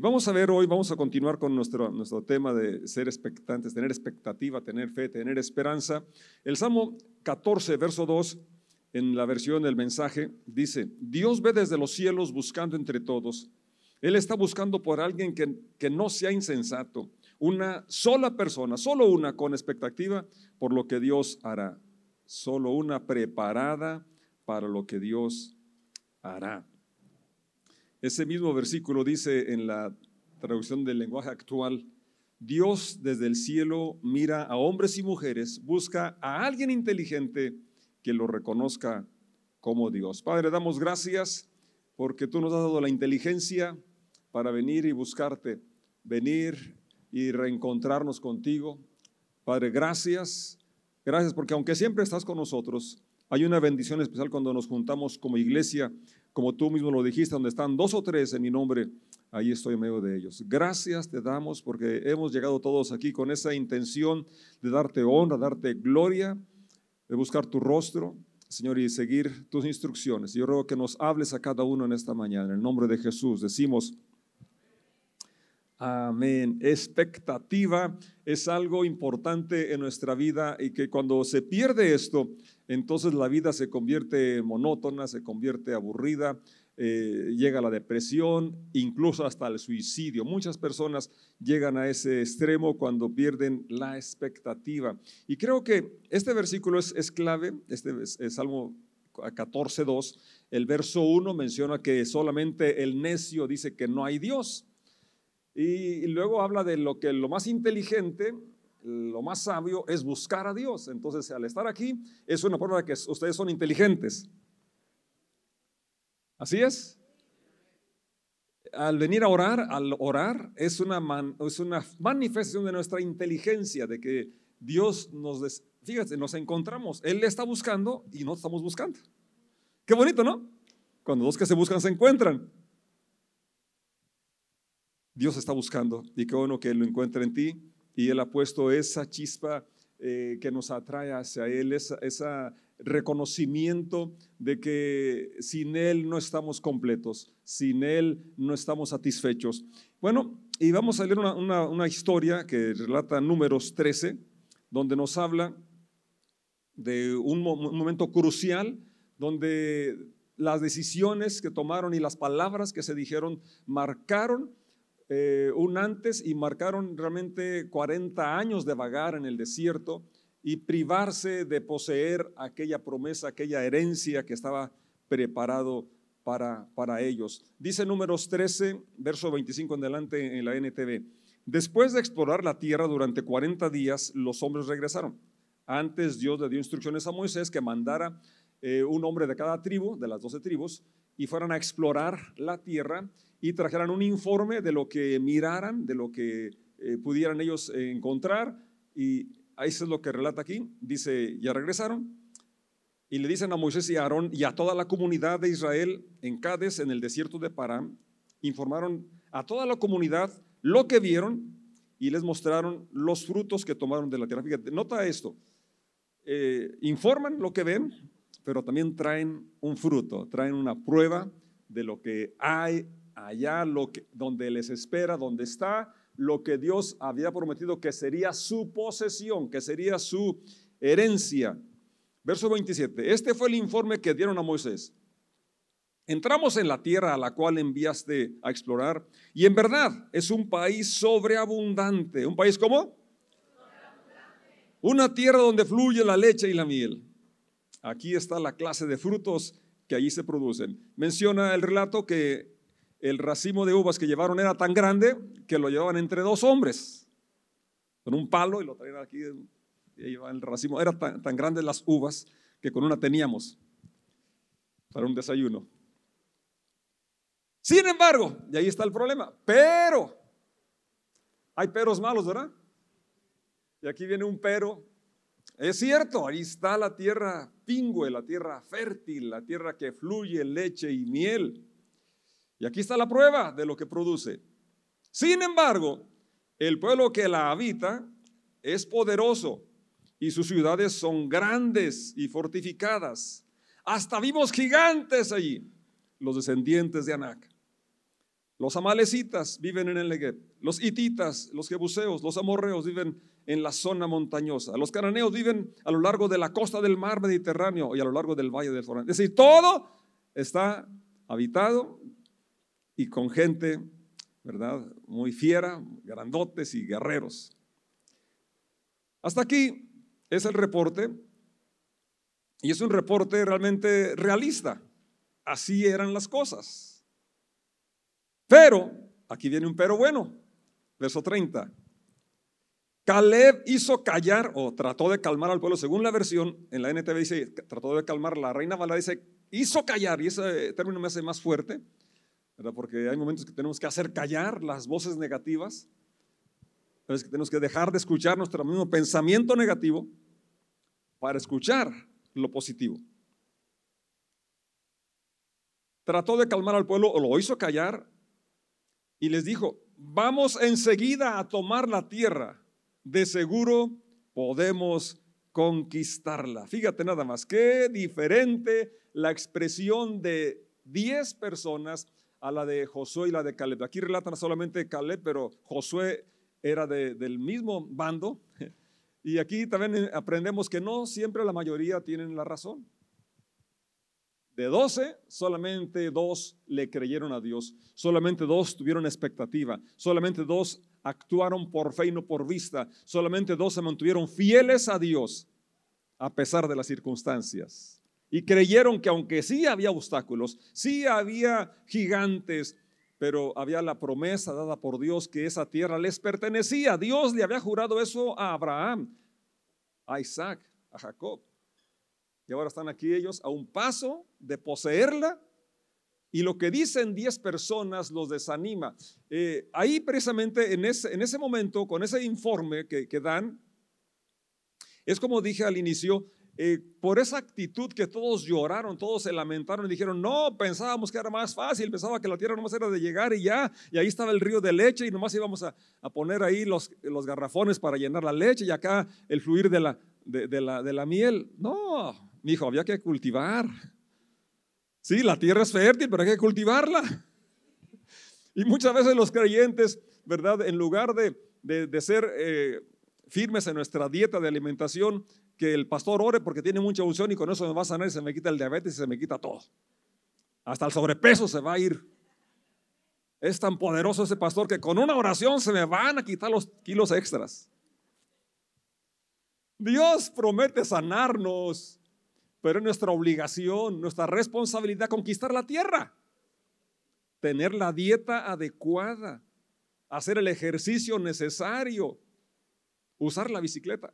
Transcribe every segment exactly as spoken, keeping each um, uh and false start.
vamos a ver hoy, vamos a continuar con nuestro, nuestro tema de ser expectantes, tener expectativa, tener fe, tener esperanza. El Salmo catorce, verso dos, en la versión del mensaje, dice: Dios ve desde los cielos buscando entre todos. Él está buscando por alguien que, que no sea insensato, una sola persona, solo una con expectativa por lo que Dios hará, solo una preparada para lo que Dios hará. Ese mismo versículo dice en la traducción del lenguaje actual: Dios desde el cielo mira a hombres y mujeres, busca a alguien inteligente que lo reconozca como Dios. Padre, damos gracias porque tú nos has dado la inteligencia para venir y buscarte, venir y reencontrarnos contigo. Padre, gracias, gracias porque aunque siempre estás con nosotros, hay una bendición especial cuando nos juntamos como iglesia, como tú mismo lo dijiste, donde están dos o tres en mi nombre, ahí estoy en medio de ellos. Gracias te damos porque hemos llegado todos aquí con esa intención de darte honra, darte gloria, de buscar tu rostro, Señor, y seguir tus instrucciones. Yo ruego que nos hables a cada uno en esta mañana. En el nombre de Jesús decimos amén. Expectativa es algo importante en nuestra vida y que cuando se pierde esto, entonces la vida se convierte monótona, se convierte aburrida, eh, llega la depresión, incluso hasta el suicidio. Muchas personas llegan a ese extremo cuando pierden la expectativa. Y creo que este versículo es, es clave, este es, es Salmo catorce, dos, el verso uno menciona que solamente el necio dice que no hay Dios. Y luego habla de lo que lo más inteligente, lo más sabio es buscar a Dios. Entonces, al estar aquí, es una prueba de que ustedes son inteligentes. ¿Así es? Al venir a orar, al orar, es una, man, es una manifestación de nuestra inteligencia, de que Dios nos, des, fíjate, nos encontramos. Él le está buscando y no estamos buscando. Qué bonito, ¿no? Cuando dos que se buscan se encuentran. Dios está buscando y qué bueno que Él lo encuentre en ti, y Él ha puesto esa chispa eh, que nos atrae hacia Él, ese esa reconocimiento de que sin Él no estamos completos, sin Él no estamos satisfechos. Bueno, y vamos a leer una, una, una historia que relata Números trece, donde nos habla de un, mo un momento crucial, donde las decisiones que tomaron y las palabras que se dijeron marcaron Eh, un antes y marcaron realmente cuarenta años de vagar en el desierto y privarse de poseer aquella promesa, aquella herencia que estaba preparado para, para ellos. Dice Números trece, verso veinticinco en adelante en la N T V: Después de explorar la tierra durante cuarenta días, los hombres regresaron. Antes Dios le dio instrucciones a Moisés que mandara eh, un hombre de cada tribu, de las doce tribus, y fueran a explorar la tierra y trajeran un informe de lo que miraran, de lo que eh, pudieran ellos eh, encontrar. Y eso es lo que relata aquí. Dice, ya regresaron y le dicen a Moisés y a Aarón y a toda la comunidad de Israel en Cades, en el desierto de Parán, informaron a toda la comunidad lo que vieron y les mostraron los frutos que tomaron de la tierra. Fíjate, nota esto, eh, informan lo que ven, pero también traen un fruto, traen una prueba de lo que hay allá, lo que, donde les espera, donde está lo que Dios había prometido que sería su posesión, que sería su herencia. Verso veintisiete, este fue el informe que dieron a Moisés. Entramos en la tierra a la cual enviaste a explorar, y en verdad es un país sobreabundante. ¿Un país cómo? Una tierra donde fluye la leche y la miel. Aquí está la clase de frutos que allí se producen. Menciona el relato que el racimo de uvas que llevaron era tan grande que lo llevaban entre dos hombres, con un palo, y lo traían aquí, y llevaban el racimo. Era tan, tan grandes las uvas que con una teníamos para un desayuno. Sin embargo, y ahí está el problema, pero, hay peros malos, ¿verdad? Y aquí viene un pero. Es cierto, ahí está la tierra pingüe, la tierra fértil, la tierra que fluye leche y miel. Y aquí está la prueba de lo que produce. Sin embargo, el pueblo que la habita es poderoso y sus ciudades son grandes y fortificadas. Hasta vimos gigantes allí, los descendientes de Anac. Los amalecitas viven en el Negev, los hititas, los jebuseos, los amorreos viven en la zona montañosa, los cananeos viven a lo largo de la costa del mar Mediterráneo y a lo largo del valle del Jordán. Es decir, todo está habitado y con gente, ¿verdad?, muy fiera, grandotes y guerreros. Hasta aquí es el reporte, y es un reporte realmente realista. Así eran las cosas. Pero, aquí viene un pero bueno, verso treinta. Caleb hizo callar o trató de calmar al pueblo. Según la versión, en la N T V dice, trató de calmar. La Reina Valera dice, hizo callar, y ese término me hace más fuerte, ¿verdad? Porque hay momentos que tenemos que hacer callar las voces negativas. A veces que tenemos que dejar de escuchar nuestro mismo pensamiento negativo para escuchar lo positivo. Trató de calmar al pueblo, o lo hizo callar, y les dijo, vamos enseguida a tomar la tierra, de seguro podemos conquistarla. Fíjate nada más, qué diferente la expresión de diez personas a la de Josué y la de Caleb. Aquí relatan solamente Caleb, pero Josué era de, del mismo bando. Y aquí también aprendemos que no siempre la mayoría tienen la razón. De doce, solamente dos le creyeron a Dios, solamente dos tuvieron expectativa, solamente dos actuaron por fe y no por vista, solamente dos se mantuvieron fieles a Dios a pesar de las circunstancias. Y creyeron que aunque sí había obstáculos, sí había gigantes, pero había la promesa dada por Dios que esa tierra les pertenecía. Dios le había jurado eso a Abraham, a Isaac, a Jacob. Y ahora están aquí ellos a un paso de poseerla, y lo que dicen diez personas los desanima. Eh, ahí precisamente en ese, en ese momento, con ese informe que, que dan, es como dije al inicio, eh, por esa actitud que todos lloraron, todos se lamentaron y dijeron, no, pensábamos que era más fácil, pensaba que la tierra nomás era de llegar y ya, y ahí estaba el río de leche y nomás íbamos a, a poner ahí los, los garrafones para llenar la leche y acá el fluir de la, de, de la, de la miel. No, mijo, había que cultivar. Sí, la tierra es fértil, pero hay que cultivarla. Y muchas veces los creyentes, ¿verdad?, en lugar de, de, de ser eh, firmes en nuestra dieta de alimentación, que el pastor ore porque tiene mucha unción y con eso me va a sanar y se me quita el diabetes y se me quita todo. Hasta el sobrepeso se va a ir. Es tan poderoso ese pastor que con una oración se me van a quitar los kilos extras. Dios promete sanarnos, pero es nuestra obligación, nuestra responsabilidad conquistar la tierra, tener la dieta adecuada, hacer el ejercicio necesario, usar la bicicleta.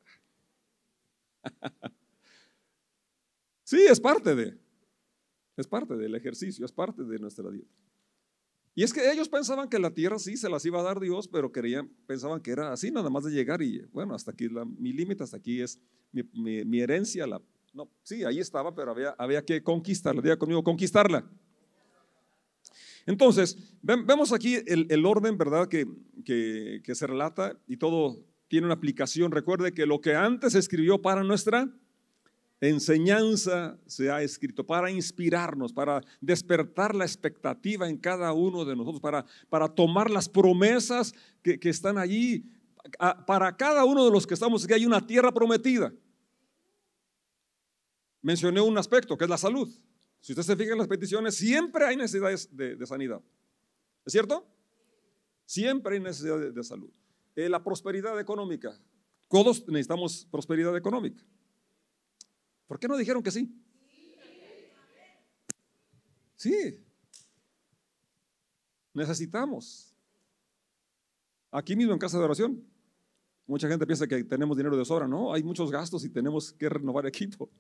Sí, es parte de, es parte del ejercicio, es parte de nuestra dieta. Y es que ellos pensaban que la tierra sí se las iba a dar Dios, pero creían, pensaban que era así, nada más de llegar y bueno, hasta aquí la, mi límite, hasta aquí es mi, mi, mi herencia. La, no, sí, ahí estaba, pero había, había que conquistarla. Diga conmigo, conquistarla. Entonces, vemos aquí el, el orden, ¿verdad?, que, que, que se relata y todo tiene una aplicación. Recuerde que lo que antes se escribió para nuestra enseñanza se ha escrito para inspirarnos, para despertar la expectativa en cada uno de nosotros, para, para tomar las promesas que, que están allí. Para cada uno de los que estamos aquí hay una tierra prometida. Mencioné un aspecto que es la salud. Si usted se fija en las peticiones, siempre hay necesidades de, de sanidad. ¿Es cierto? Siempre hay necesidad de, de salud. Eh, la prosperidad económica. Todos necesitamos prosperidad económica. ¿Por qué no dijeron que sí? Sí. Necesitamos. Aquí mismo en casa de oración, mucha gente piensa que tenemos dinero de sobra. No, hay muchos gastos y tenemos que renovar equipo.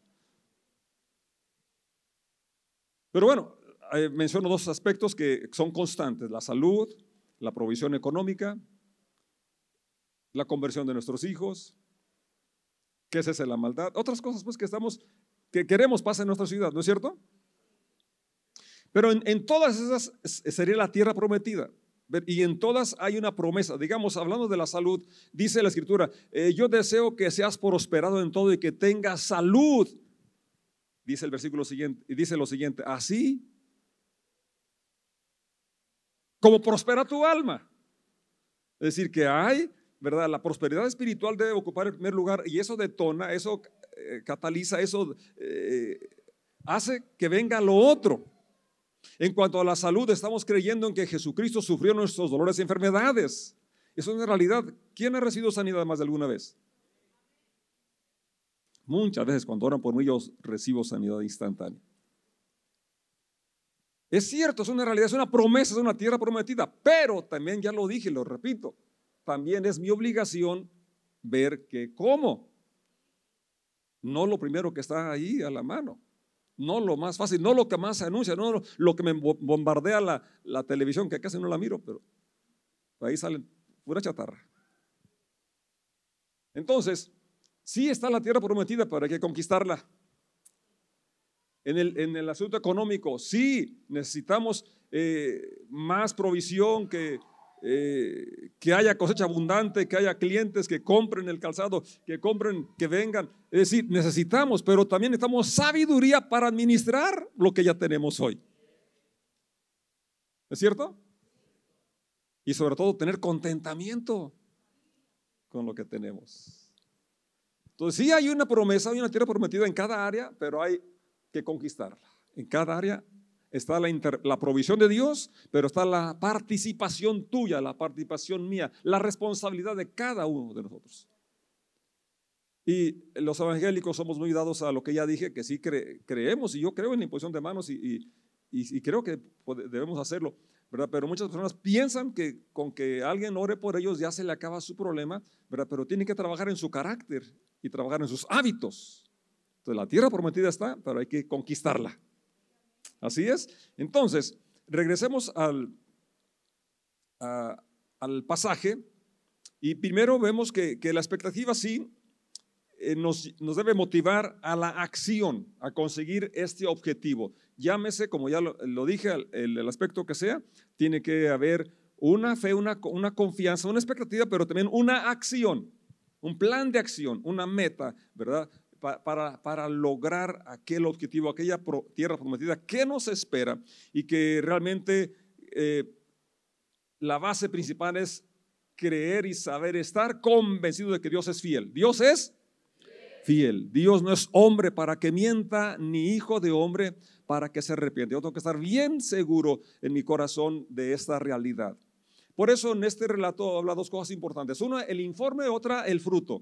Pero bueno, eh, menciono dos aspectos que son constantes: la salud, la provisión económica, la conversión de nuestros hijos, que es esa la maldad, otras cosas pues que estamos, que queremos pasa en nuestra ciudad, ¿no es cierto? Pero en, en todas esas sería la tierra prometida, y en todas hay una promesa. Digamos, hablando de la salud, dice la escritura, eh, yo deseo que seas prosperado en todo y que tengas salud. Dice el versículo siguiente, y dice lo siguiente, así como prospera tu alma. Es decir, que hay, ¿verdad? La prosperidad espiritual debe ocupar el primer lugar y eso detona, eso eh, cataliza, eso eh, hace que venga lo otro. En cuanto a la salud, estamos creyendo en que Jesucristo sufrió nuestros dolores y enfermedades. Eso es una realidad. ¿Quién ha recibido sanidad más de alguna vez? Muchas veces cuando oran por mí yo recibo sanidad instantánea. Es cierto, es una realidad, es una promesa, es una tierra prometida, pero también ya lo dije, lo repito, también es mi obligación ver que cómo. No lo primero que está ahí a la mano, no lo más fácil, no lo que más se anuncia, no lo, lo que me bombardea la, la televisión, que casi no la miro, pero ahí salen pura chatarra. Entonces, sí está la tierra prometida, pero hay que conquistarla. En el, en el asunto económico, sí, necesitamos eh, más provisión, que, eh, que haya cosecha abundante, que haya clientes que compren el calzado, que compren, que vengan. Es decir, necesitamos, pero también necesitamos sabiduría para administrar lo que ya tenemos hoy. ¿Es cierto? Y sobre todo tener contentamiento con lo que tenemos. Entonces sí hay una promesa, hay una tierra prometida en cada área, pero hay que conquistarla. En cada área está la, inter, la provisión de Dios, pero está la participación tuya, la participación mía, la responsabilidad de cada uno de nosotros. Y los evangélicos somos muy dados a lo que ya dije, que sí cre, creemos, y yo creo en la imposición de manos y, y, y, y creo que debemos hacerlo, ¿verdad? Pero muchas personas piensan que con que alguien ore por ellos ya se le acaba su problema, ¿verdad? Pero tienen que trabajar en su carácter y trabajar en sus hábitos. Entonces la tierra prometida está, pero hay que conquistarla. Así es. Entonces, regresemos al, a, al pasaje y primero vemos que, que la expectativa sí eh, nos, nos debe motivar a la acción, a conseguir este objetivo. Llámese, como ya lo, lo dije, el, el aspecto que sea, tiene que haber una fe, una, una confianza, una expectativa, pero también una acción, un plan de acción, una meta, ¿verdad? Para, para lograr aquel objetivo, aquella pro, tierra prometida que nos espera y que realmente eh, la base principal es creer y saber estar convencido de que Dios es fiel. Dios es fiel. Dios no es hombre para que mienta, ni hijo de hombre para que se arrepiente. Yo tengo que estar bien seguro en mi corazón de esta realidad. Por eso en este relato habla dos cosas importantes. Una, el informe, otra, el fruto.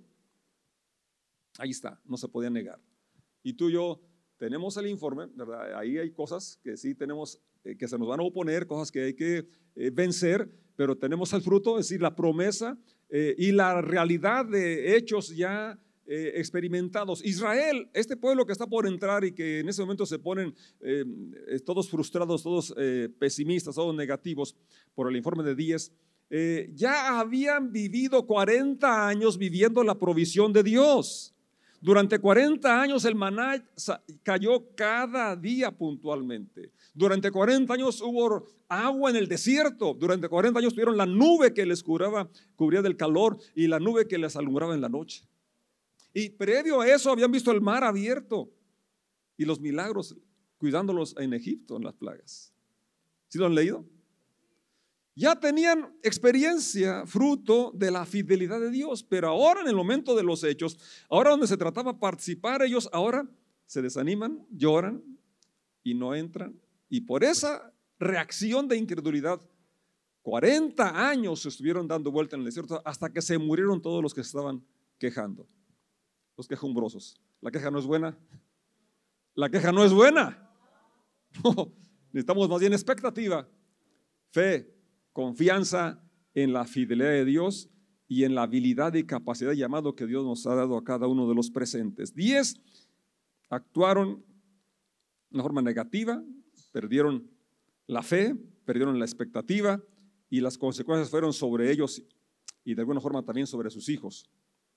Ahí está, no se podía negar. Y tú y yo tenemos el informe, ¿verdad? Ahí hay cosas que sí tenemos, eh, que se nos van a oponer, cosas que hay que eh, vencer, pero tenemos el fruto, es decir, la promesa eh, y la realidad de hechos ya eh, experimentados. Israel, este pueblo que está por entrar y que en ese momento se ponen eh, todos frustrados, todos eh, pesimistas, todos negativos por el informe de diez, eh, ya habían vivido cuarenta años viviendo la provisión de Dios. Durante cuarenta años el maná cayó cada día puntualmente. Durante cuarenta años hubo agua en el desierto. Durante cuarenta años tuvieron la nube que les curaba, cubría del calor y la nube que les alumbraba en la noche. Y previo a eso habían visto el mar abierto y los milagros cuidándolos en Egipto en las plagas. ¿Sí lo han leído? Ya tenían experiencia fruto de la fidelidad de Dios, pero ahora en el momento de los hechos, ahora donde se trataba de participar ellos, ahora se desaniman, lloran y no entran. Y por esa reacción de incredulidad, cuarenta años estuvieron dando vuelta en el desierto hasta que se murieron todos los que estaban quejando, los quejumbrosos. La queja no es buena. La queja no es buena. No, necesitamos más bien expectativa, fe, confianza en la fidelidad de Dios y en la habilidad y capacidad y llamado que Dios nos ha dado a cada uno de los presentes. Diez actuaron de una forma negativa, perdieron la fe, perdieron la expectativa y las consecuencias fueron sobre ellos y de alguna forma también sobre sus hijos.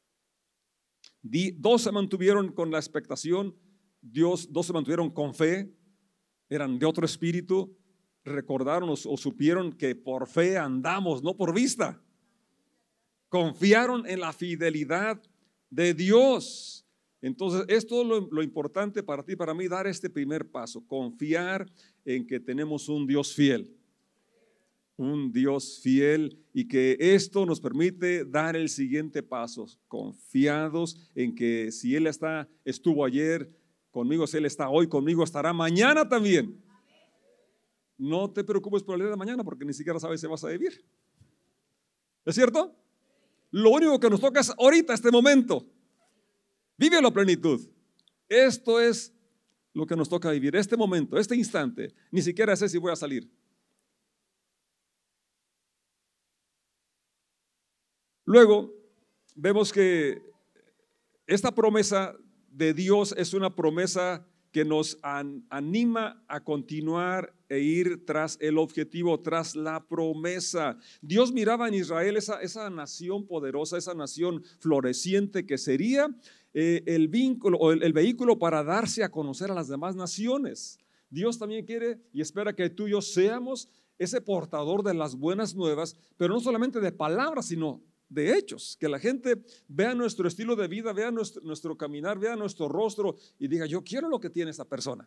Dos se mantuvieron con la expectación, Dios, dos se mantuvieron con fe, eran de otro espíritu. Recordaron o, o supieron que por fe andamos, no por vista. Confiaron en la fidelidad de Dios. Entonces, esto es lo, lo importante para ti y para mí, dar este primer paso, confiar en que tenemos un Dios fiel. un Dios fiel y que esto nos permite dar el siguiente paso, confiados en que si Él está, estuvo ayer conmigo, si Él está hoy conmigo, estará mañana también. No te preocupes por el día de mañana porque ni siquiera sabes si vas a vivir. ¿Es cierto? Lo único que nos toca es ahorita, este momento. Vive la plenitud. Esto es lo que nos toca vivir, este momento, este instante. Ni siquiera sé si voy a salir. Luego vemos que esta promesa de Dios es una promesa que nos an, anima a continuar e ir tras el objetivo, tras la promesa. Dios miraba en Israel esa, esa nación poderosa, esa nación floreciente que sería eh, el vínculo o el, el vehículo para darse a conocer a las demás naciones. Dios también quiere y espera que tú y yo seamos ese portador de las buenas nuevas, pero no solamente de palabras, sino de hechos, que la gente vea nuestro estilo de vida, vea nuestro, nuestro caminar, vea nuestro rostro y diga, yo quiero lo que tiene esta persona.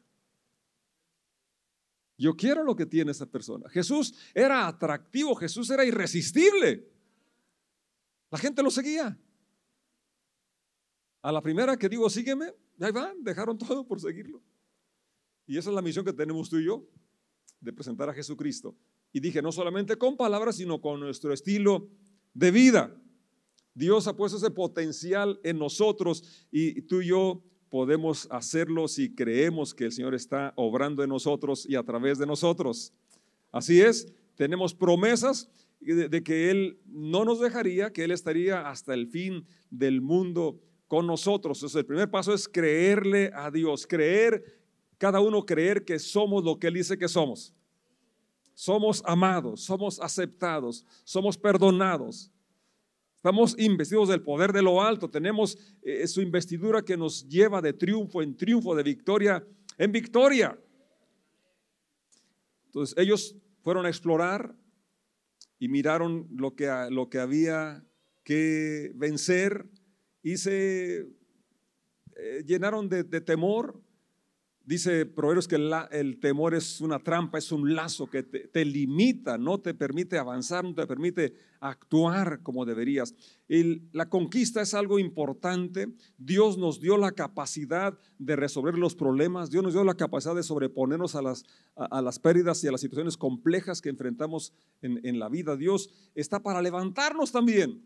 Yo quiero lo que tiene esta persona. Jesús era atractivo, Jesús era irresistible. La gente lo seguía. A la primera que digo, sígueme, ahí van, dejaron todo por seguirlo. Y esa es la misión que tenemos tú y yo, de presentar a Jesucristo. Y dije, no solamente con palabras, sino con nuestro estilo de vida. Dios ha puesto ese potencial en nosotros y tú y yo podemos hacerlo si creemos que el Señor está obrando en nosotros y a través de nosotros. Así es, tenemos promesas de, de que Él no nos dejaría, que Él estaría hasta el fin del mundo con nosotros. Entonces, el primer paso es creerle a Dios, creer, cada uno creer que somos lo que Él dice que somos. Somos amados, somos aceptados, somos perdonados. Estamos investidos del poder de lo alto. Tenemos eh, su investidura que nos lleva de triunfo en triunfo, de victoria en victoria. Entonces ellos fueron a explorar y miraron lo que, lo que había que vencer y se eh, llenaron de, de temor. Dice Proverbios que la, el temor es una trampa, es un lazo que te, te limita, no te permite avanzar, no te permite actuar como deberías. El, la conquista es algo importante. Dios nos dio la capacidad de resolver los problemas, Dios nos dio la capacidad de sobreponernos a las, a, a las pérdidas y a las situaciones complejas que enfrentamos en, en la vida. Dios está para levantarnos también.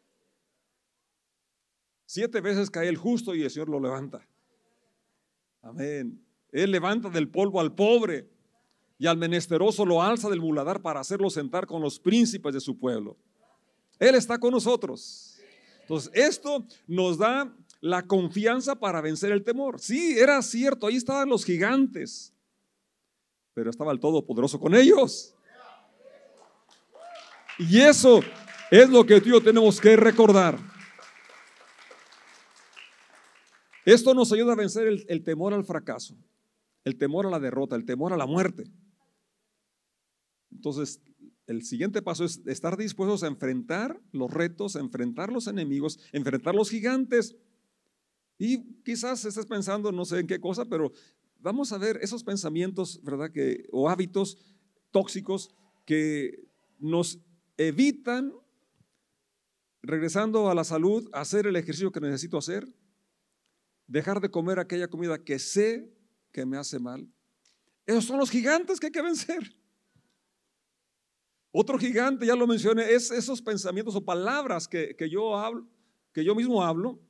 Siete veces cae el justo y el Señor lo levanta. Amén. Él levanta del polvo al pobre y al menesteroso lo alza del muladar para hacerlo sentar con los príncipes de su pueblo. Él está con nosotros. Entonces esto nos da la confianza para vencer el temor. Sí, era cierto, ahí estaban los gigantes, pero estaba el Todopoderoso con ellos. Y eso es lo que tú y yo tenemos que recordar. Esto nos ayuda a vencer el, el temor al fracaso, el temor a la derrota, el temor a la muerte. Entonces, el siguiente paso es estar dispuestos a enfrentar los retos, a enfrentar los enemigos, a enfrentar los gigantes. Y quizás estés pensando, no sé en qué cosa, pero vamos a ver esos pensamientos, ¿verdad? Que, o hábitos tóxicos que nos evitan, regresando a la salud, hacer el ejercicio que necesito hacer. Dejar de comer aquella comida que sé que me hace mal. Esos son los gigantes que hay que vencer. Otro gigante, ya lo mencioné, es esos pensamientos o palabras que, que yo hablo, que yo mismo hablo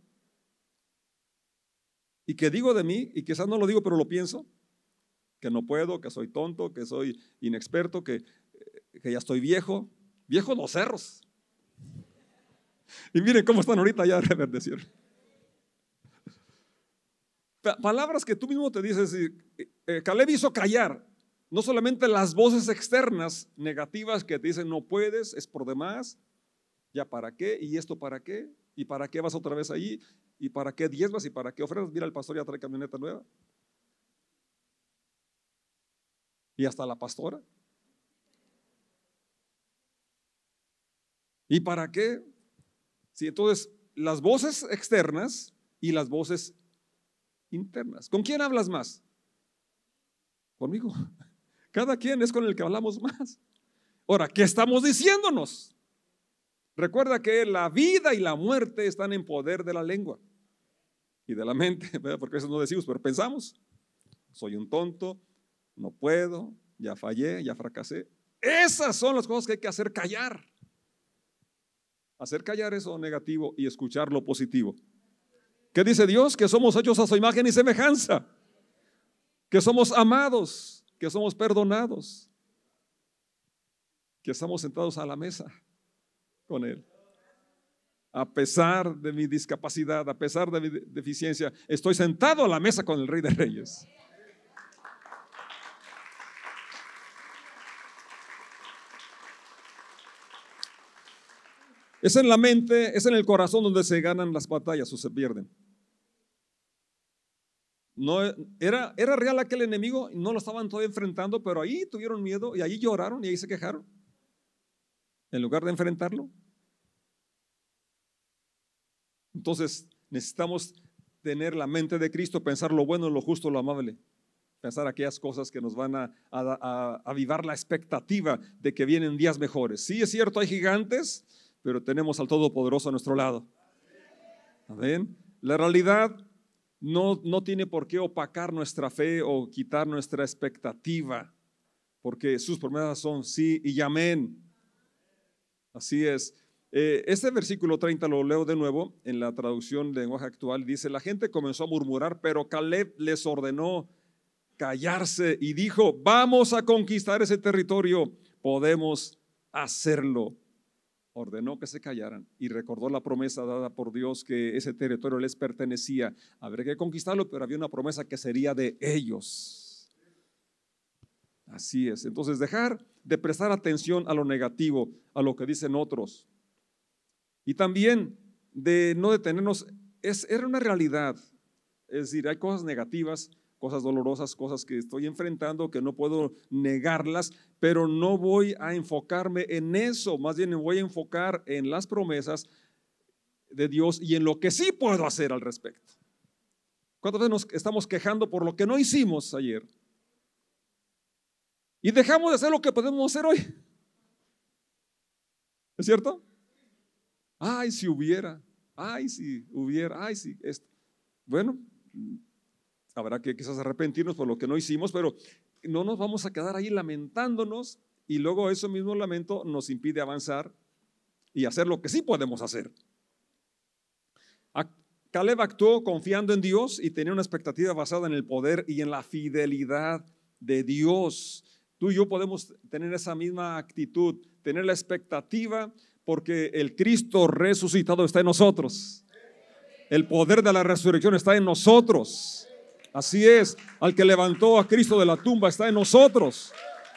y que digo de mí, y quizás no lo digo pero lo pienso, que no puedo, que soy tonto, que soy inexperto, que, que ya estoy viejo, viejo los cerros. Y miren cómo están ahorita ya reverdecieron. Palabras que tú mismo te dices. eh, Caleb hizo callar no solamente las voces externas negativas que te dicen no puedes, es por demás, ya para qué, y esto para qué, y para qué vas otra vez allí, y para qué diezmas, y para qué ofrendas. Mira, el pastor ya trae camioneta nueva, y hasta la pastora. ¿Y para qué? Sí, entonces las voces externas y las voces internas. ¿Con quién hablas más? Conmigo. Cada quien es con el que hablamos más. Ahora, ¿qué estamos diciéndonos? Recuerda que la vida y la muerte están en poder de la lengua y de la mente, ¿verdad? Porque eso no decimos, pero pensamos. Soy un tonto, no puedo, ya fallé, ya fracasé. Esas son las cosas que hay que hacer callar. Hacer callar eso negativo y escuchar lo positivo. ¿Qué dice Dios? Que somos hechos a su imagen y semejanza, que somos amados, que somos perdonados, que estamos sentados a la mesa con Él. A pesar de mi discapacidad, a pesar de mi deficiencia, estoy sentado a la mesa con el Rey de Reyes. Es en la mente, es en el corazón donde se ganan las batallas o se pierden. No, era, era real aquel enemigo, no lo estaban todavía enfrentando, pero ahí tuvieron miedo y ahí lloraron y ahí se quejaron. En lugar de enfrentarlo. Entonces necesitamos tener la mente de Cristo, pensar lo bueno, lo justo, lo amable. Pensar aquellas cosas que nos van a, a, a avivar la expectativa de que vienen días mejores. Sí, es cierto, hay gigantes, pero tenemos al Todopoderoso a nuestro lado. Amén. La realidad no, no tiene por qué opacar nuestra fe o quitar nuestra expectativa, porque sus promesas son sí y amén. Así es. Eh, este versículo treinta lo leo de nuevo en la traducción de lenguaje actual. Dice: la gente comenzó a murmurar, pero Caleb les ordenó callarse y dijo: vamos a conquistar ese territorio, podemos hacerlo. Ordenó que se callaran y recordó la promesa dada por Dios que ese territorio les pertenecía. Habría que conquistarlo, pero había una promesa que sería de ellos. Así es. Entonces, dejar de prestar atención a lo negativo, a lo que dicen otros. Y también de no detenernos, es, era una realidad. Es decir, hay cosas negativas, cosas dolorosas, cosas que estoy enfrentando, que no puedo negarlas, pero no voy a enfocarme en eso, más bien me voy a enfocar en las promesas de Dios y en lo que sí puedo hacer al respecto. ¿Cuántas veces nos estamos quejando por lo que no hicimos ayer? Y dejamos de hacer lo que podemos hacer hoy. ¿Es cierto? Ay, si hubiera, ay, si hubiera, ay, si esto. Bueno, habrá que quizás arrepentirnos por lo que no hicimos, pero no nos vamos a quedar ahí lamentándonos y luego ese mismo lamento nos impide avanzar y hacer lo que sí podemos hacer. Caleb actuó confiando en Dios y tenía una expectativa basada en el poder y en la fidelidad de Dios. Tú y yo podemos tener esa misma actitud, tener la expectativa, porque el Cristo resucitado está en nosotros. El poder de la resurrección está en nosotros. Así es, al que levantó a Cristo de la tumba está en nosotros.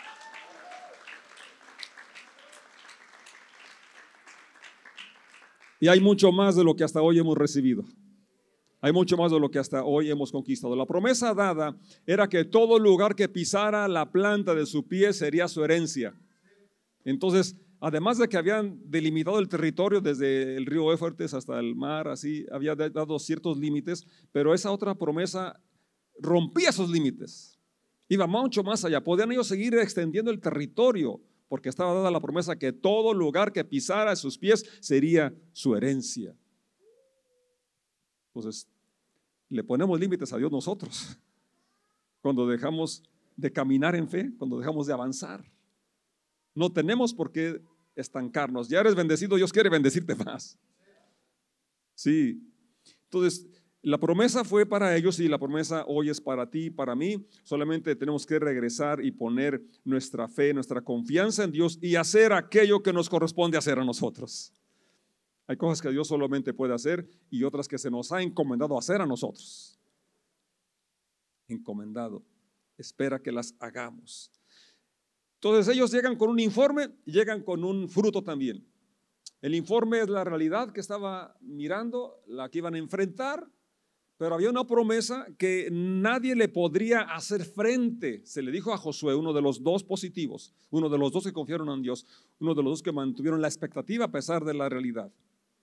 Y hay mucho más de lo que hasta hoy hemos recibido. Hay mucho más de lo que hasta hoy hemos conquistado. La promesa dada era que todo lugar que pisara la planta de su pie sería su herencia. Entonces, además de que habían delimitado el territorio desde el río Éufrates hasta el mar, así, había dado ciertos límites, pero esa otra promesa rompía esos límites. Iba mucho más allá. Podían ellos seguir extendiendo el territorio, porque estaba dada la promesa que todo lugar que pisara a sus pies sería su herencia. Entonces, le ponemos límites a Dios nosotros cuando dejamos de caminar en fe, cuando dejamos de avanzar. No tenemos por qué estancarnos. Ya eres bendecido, Dios quiere bendecirte más. Sí. Entonces, la promesa fue para ellos y la promesa hoy es para ti y para mí. Solamente tenemos que regresar y poner nuestra fe, nuestra confianza en Dios y hacer aquello que nos corresponde hacer a nosotros. Hay cosas que Dios solamente puede hacer y otras que se nos ha encomendado hacer a nosotros. Encomendado. Espera que las hagamos. Entonces ellos llegan con un informe y llegan con un fruto también. El informe es la realidad que estaba mirando, la que iban a enfrentar, pero había una promesa que nadie le podría hacer frente. Se le dijo a Josué, uno de los dos positivos, uno de los dos que confiaron en Dios, uno de los dos que mantuvieron la expectativa a pesar de la realidad.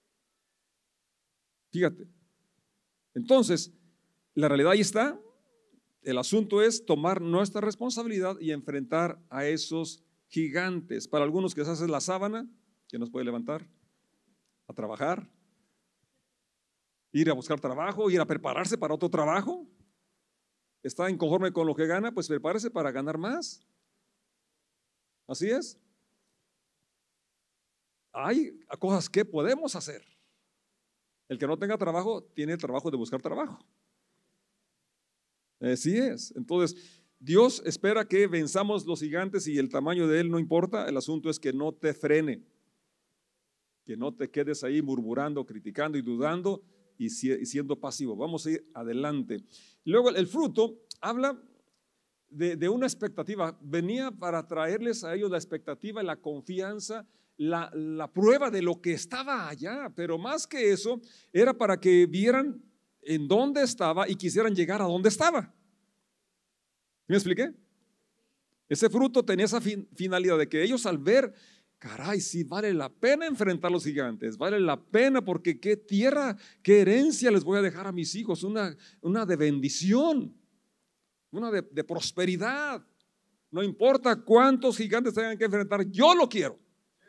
Fíjate. Entonces, la realidad ahí está. El asunto es tomar nuestra responsabilidad y enfrentar a esos gigantes. Para algunos quizás es la sábana que nos puede levantar a trabajar, ir a buscar trabajo, ir a prepararse para otro trabajo. Está inconforme con lo que gana, pues prepárese para ganar más. Así es. Hay cosas que podemos hacer. El que no tenga trabajo tiene el trabajo de buscar trabajo. Así es. Entonces, Dios espera que venzamos los gigantes y el tamaño de él no importa. El asunto es que no te frene, que no te quedes ahí murmurando, criticando y dudando y siendo pasivo. Vamos a ir adelante. Luego el fruto habla de, de una expectativa. Venía para traerles a ellos la expectativa, la confianza, la, la prueba de lo que estaba allá. Pero más que eso, era para que vieran en dónde estaba y quisieran llegar a dónde estaba. ¿Me expliqué? Ese fruto tenía esa fin, finalidad de que ellos al ver, caray, sí vale la pena enfrentar a los gigantes, vale la pena porque qué tierra, qué herencia les voy a dejar a mis hijos, una, una de bendición, una de, de prosperidad. No importa cuántos gigantes tengan que enfrentar, yo lo quiero.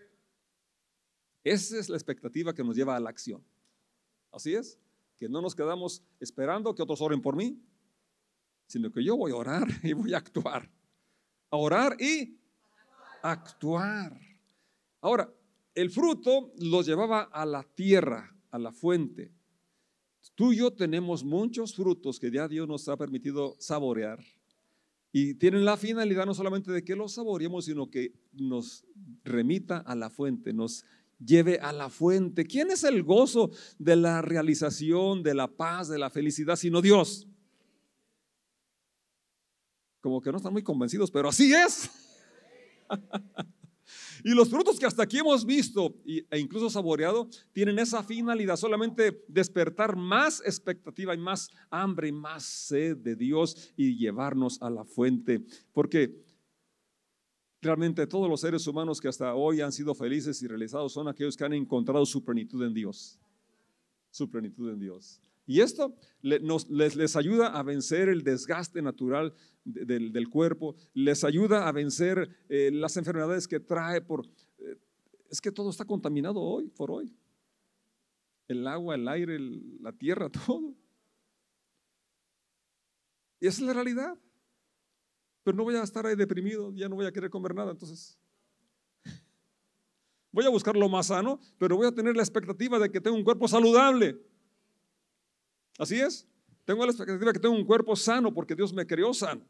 Esa es la expectativa que nos lleva a la acción. Así es, que no nos quedamos esperando que otros oren por mí, sino que yo voy a orar y voy a actuar. A orar y actuar. Ahora, el fruto los llevaba a la tierra, a la fuente. Tú y yo tenemos muchos frutos que ya Dios nos ha permitido saborear y tienen la finalidad no solamente de que los saboreemos, sino que nos remita a la fuente, nos lleve a la fuente. ¿Quién es el gozo de la realización, de la paz, de la felicidad, sino Dios? Como que no están muy convencidos, pero así es. Y los frutos que hasta aquí hemos visto e incluso saboreado tienen esa finalidad, solamente despertar más expectativa y más hambre y más sed de Dios y llevarnos a la fuente. Porque realmente todos los seres humanos que hasta hoy han sido felices y realizados son aquellos que han encontrado su plenitud en Dios. Su plenitud en Dios. Y esto nos, les, les ayuda a vencer el desgaste natural de, del, del cuerpo, les ayuda a vencer eh, las enfermedades que trae por... Eh, es que todo está contaminado hoy, por hoy. El agua, el aire, el, la tierra, todo. Y esa es la realidad. Pero no voy a estar ahí deprimido, ya no voy a querer comer nada, entonces... Voy a buscar lo más sano, pero voy a tener la expectativa de que tenga un cuerpo saludable. Así es, tengo la expectativa de que tengo un cuerpo sano porque Dios me creó sano.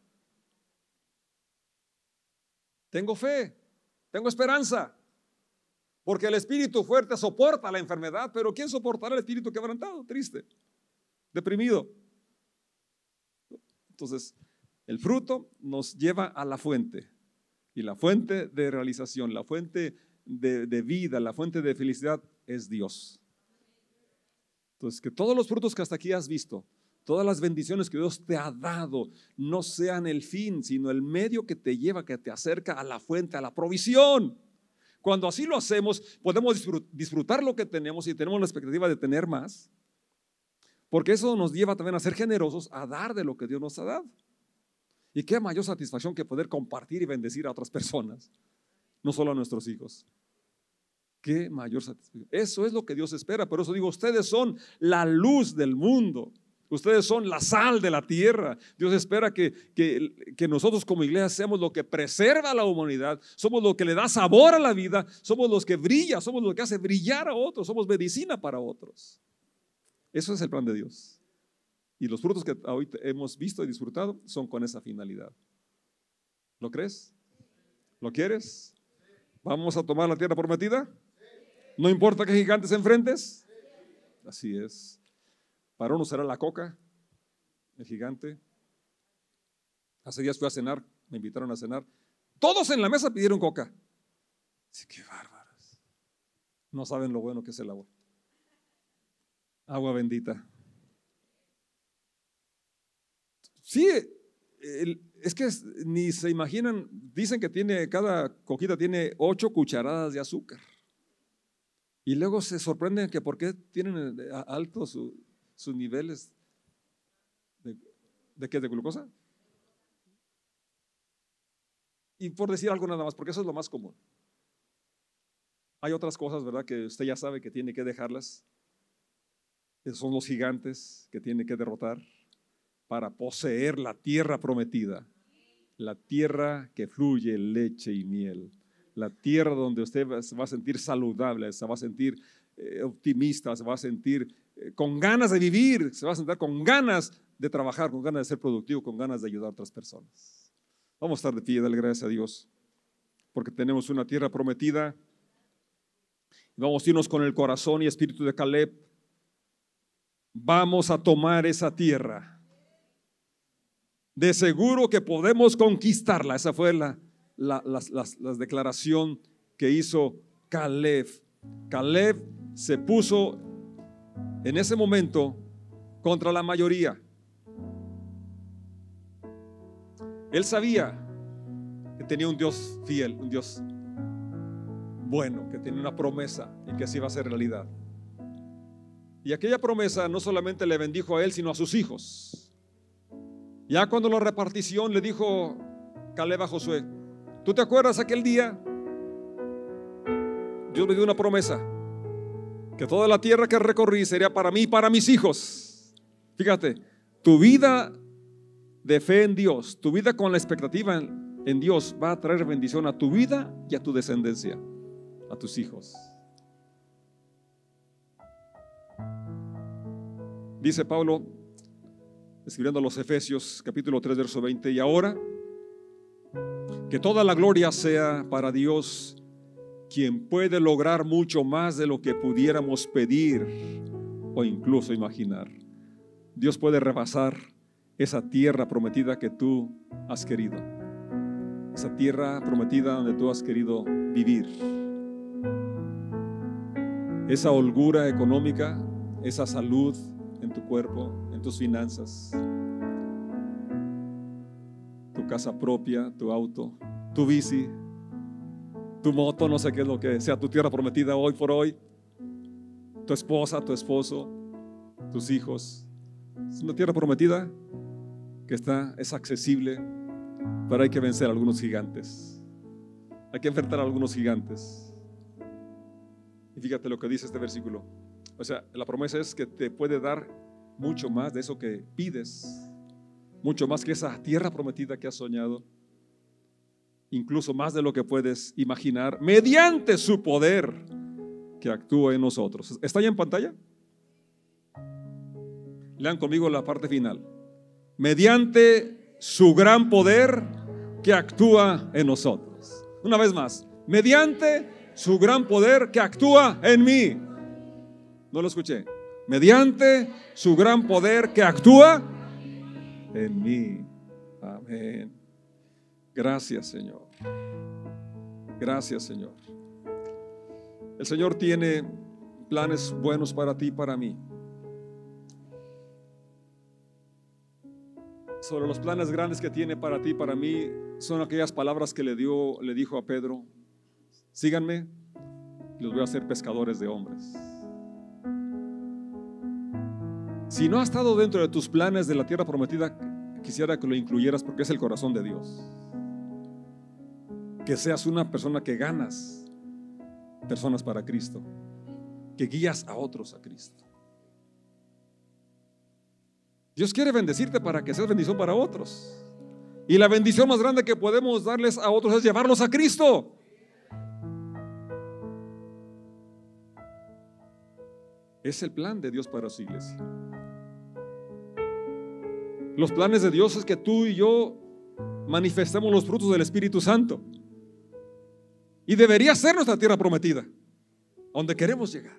Tengo fe, tengo esperanza, porque el espíritu fuerte soporta la enfermedad, pero ¿quién soportará el espíritu quebrantado, triste, deprimido? Entonces, el fruto nos lleva a la fuente, y la fuente de realización, la fuente de, de vida, la fuente de felicidad es Dios. Entonces, que todos los frutos que hasta aquí has visto, todas las bendiciones que Dios te ha dado, no sean el fin, sino el medio que te lleva, que te acerca a la fuente, a la provisión. Cuando así lo hacemos, podemos disfrutar lo que tenemos y tenemos la expectativa de tener más, porque eso nos lleva también a ser generosos, a dar de lo que Dios nos ha dado. Y qué mayor satisfacción que poder compartir y bendecir a otras personas, no solo a nuestros hijos. Qué mayor satisfacción. Eso es lo que Dios espera. Por eso digo, ustedes son la luz del mundo. Ustedes son la sal de la tierra. Dios espera que, que, que nosotros como iglesia seamos lo que preserva a la humanidad. Somos lo que le da sabor a la vida. Somos los que brilla. Somos los que hace brillar a otros. Somos medicina para otros. Eso es el plan de Dios. Y los frutos que hoy hemos visto y disfrutado son con esa finalidad. ¿Lo crees? ¿Lo quieres? ¿Vamos a tomar la tierra prometida? No importa qué gigantes enfrentes. Así es. Para uno será la coca, el gigante. Hace días fui a cenar, me invitaron a cenar. Todos en la mesa pidieron coca. Sí, qué bárbaros. No saben lo bueno que es el agua. Agua bendita. Sí, el, es que es, ni se imaginan, dicen que tiene, cada coquita tiene ocho cucharadas de azúcar. Y luego se sorprenden que por qué tienen altos su, sus niveles de, ¿de qué? ¿De glucosa? Y por decir algo nada más, porque eso es lo más común. Hay otras cosas, ¿verdad?, que usted ya sabe que tiene que dejarlas. Esos son los gigantes que tiene que derrotar para poseer la tierra prometida. La tierra que fluye leche y miel. La tierra donde usted se va a sentir saludable, se va a sentir eh, optimista, se va a sentir eh, con ganas de vivir, se va a sentir con ganas de trabajar, con ganas de ser productivo, con ganas de ayudar a otras personas. Vamos a estar de pie y darle gracias a Dios, porque tenemos una tierra prometida. Vamos a irnos con el corazón y espíritu de Caleb. Vamos a tomar esa tierra. De seguro que podemos conquistarla. Esa fue la, la, la, la, la declaración que hizo Caleb. Caleb se puso en ese momento contra la mayoría. Él sabía que tenía un Dios fiel, un Dios bueno, que tenía una promesa y que así iba a ser realidad. Y aquella promesa no solamente le bendijo a él, sino a sus hijos. Ya cuando la repartición le dijo Caleb a Josué: ¿tú te acuerdas aquel día? Dios me dio una promesa, que toda la tierra que recorrí sería para mí y para mis hijos. Fíjate, tu vida de fe en Dios, tu vida con la expectativa en, en Dios va a traer bendición a tu vida y a tu descendencia, a tus hijos. Dice Pablo, escribiendo a los Efesios, capítulo tres, verso veinte: y ahora que toda la gloria sea para Dios, quien puede lograr mucho más de lo que pudiéramos pedir o incluso imaginar. Dios puede rebasar esa tierra prometida que tú has querido, esa tierra prometida donde tú has querido vivir, esa holgura económica, esa salud en tu cuerpo, en tus finanzas, tu casa propia, tu auto, tu bici, tu moto, no sé qué es lo que sea tu tierra prometida hoy por hoy, tu esposa, tu esposo, tus hijos. Es una tierra prometida que está, es accesible, pero hay que vencer a algunos gigantes, hay que enfrentar a algunos gigantes. Y fíjate lo que dice este versículo. O sea, la promesa es que te puede dar mucho más de eso que pides, mucho más que esa tierra prometida que has soñado, incluso más de lo que puedes imaginar, mediante su poder que actúa en nosotros. ¿Está ya en pantalla? Lean conmigo la parte final. Mediante su gran poder que actúa en nosotros. Una vez más, mediante su gran poder que actúa en mí. No lo escuché. Mediante su gran poder que actúa en mí. Amén. Gracias, Señor. Gracias, Señor. El Señor tiene planes buenos para ti y para mí. Sobre los planes grandes que tiene para ti y para mí son aquellas palabras que le dio, le dijo a Pedro: síganme, los voy a hacer pescadores de hombres. Si no ha estado dentro de tus planes de la tierra prometida, quisiera que lo incluyeras, porque es el corazón de Dios. Que seas una persona que ganas personas para Cristo, que guías a otros a Cristo. Dios quiere bendecirte para que seas bendición para otros. Y la bendición más grande que podemos darles a otros es llevarlos a Cristo. Es el plan de Dios para su iglesia. Los planes de Dios es que tú y yo manifestemos los frutos del Espíritu Santo. Y debería ser nuestra tierra prometida, donde queremos llegar.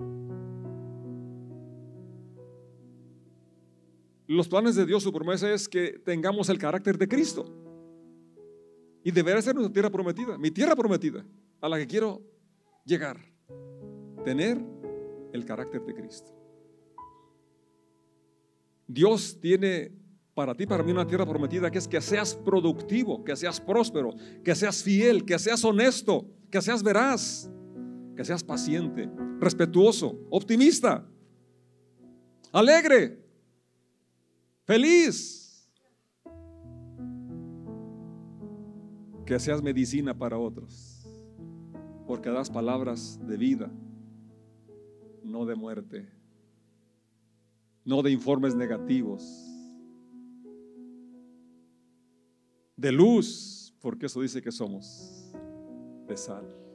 Los planes de Dios, su promesa es que tengamos el carácter de Cristo. Y debería ser nuestra tierra prometida, mi tierra prometida, a la que quiero llegar. Tener el carácter de Cristo. Dios tiene para ti, para mí, una tierra prometida que es que seas productivo, que seas próspero, que seas fiel, que seas honesto, que seas veraz, que seas paciente, respetuoso, optimista, alegre, feliz, que seas medicina para otros, porque das palabras de vida, no de muerte, no de informes negativos, de luz, porque eso dice que somos de sal.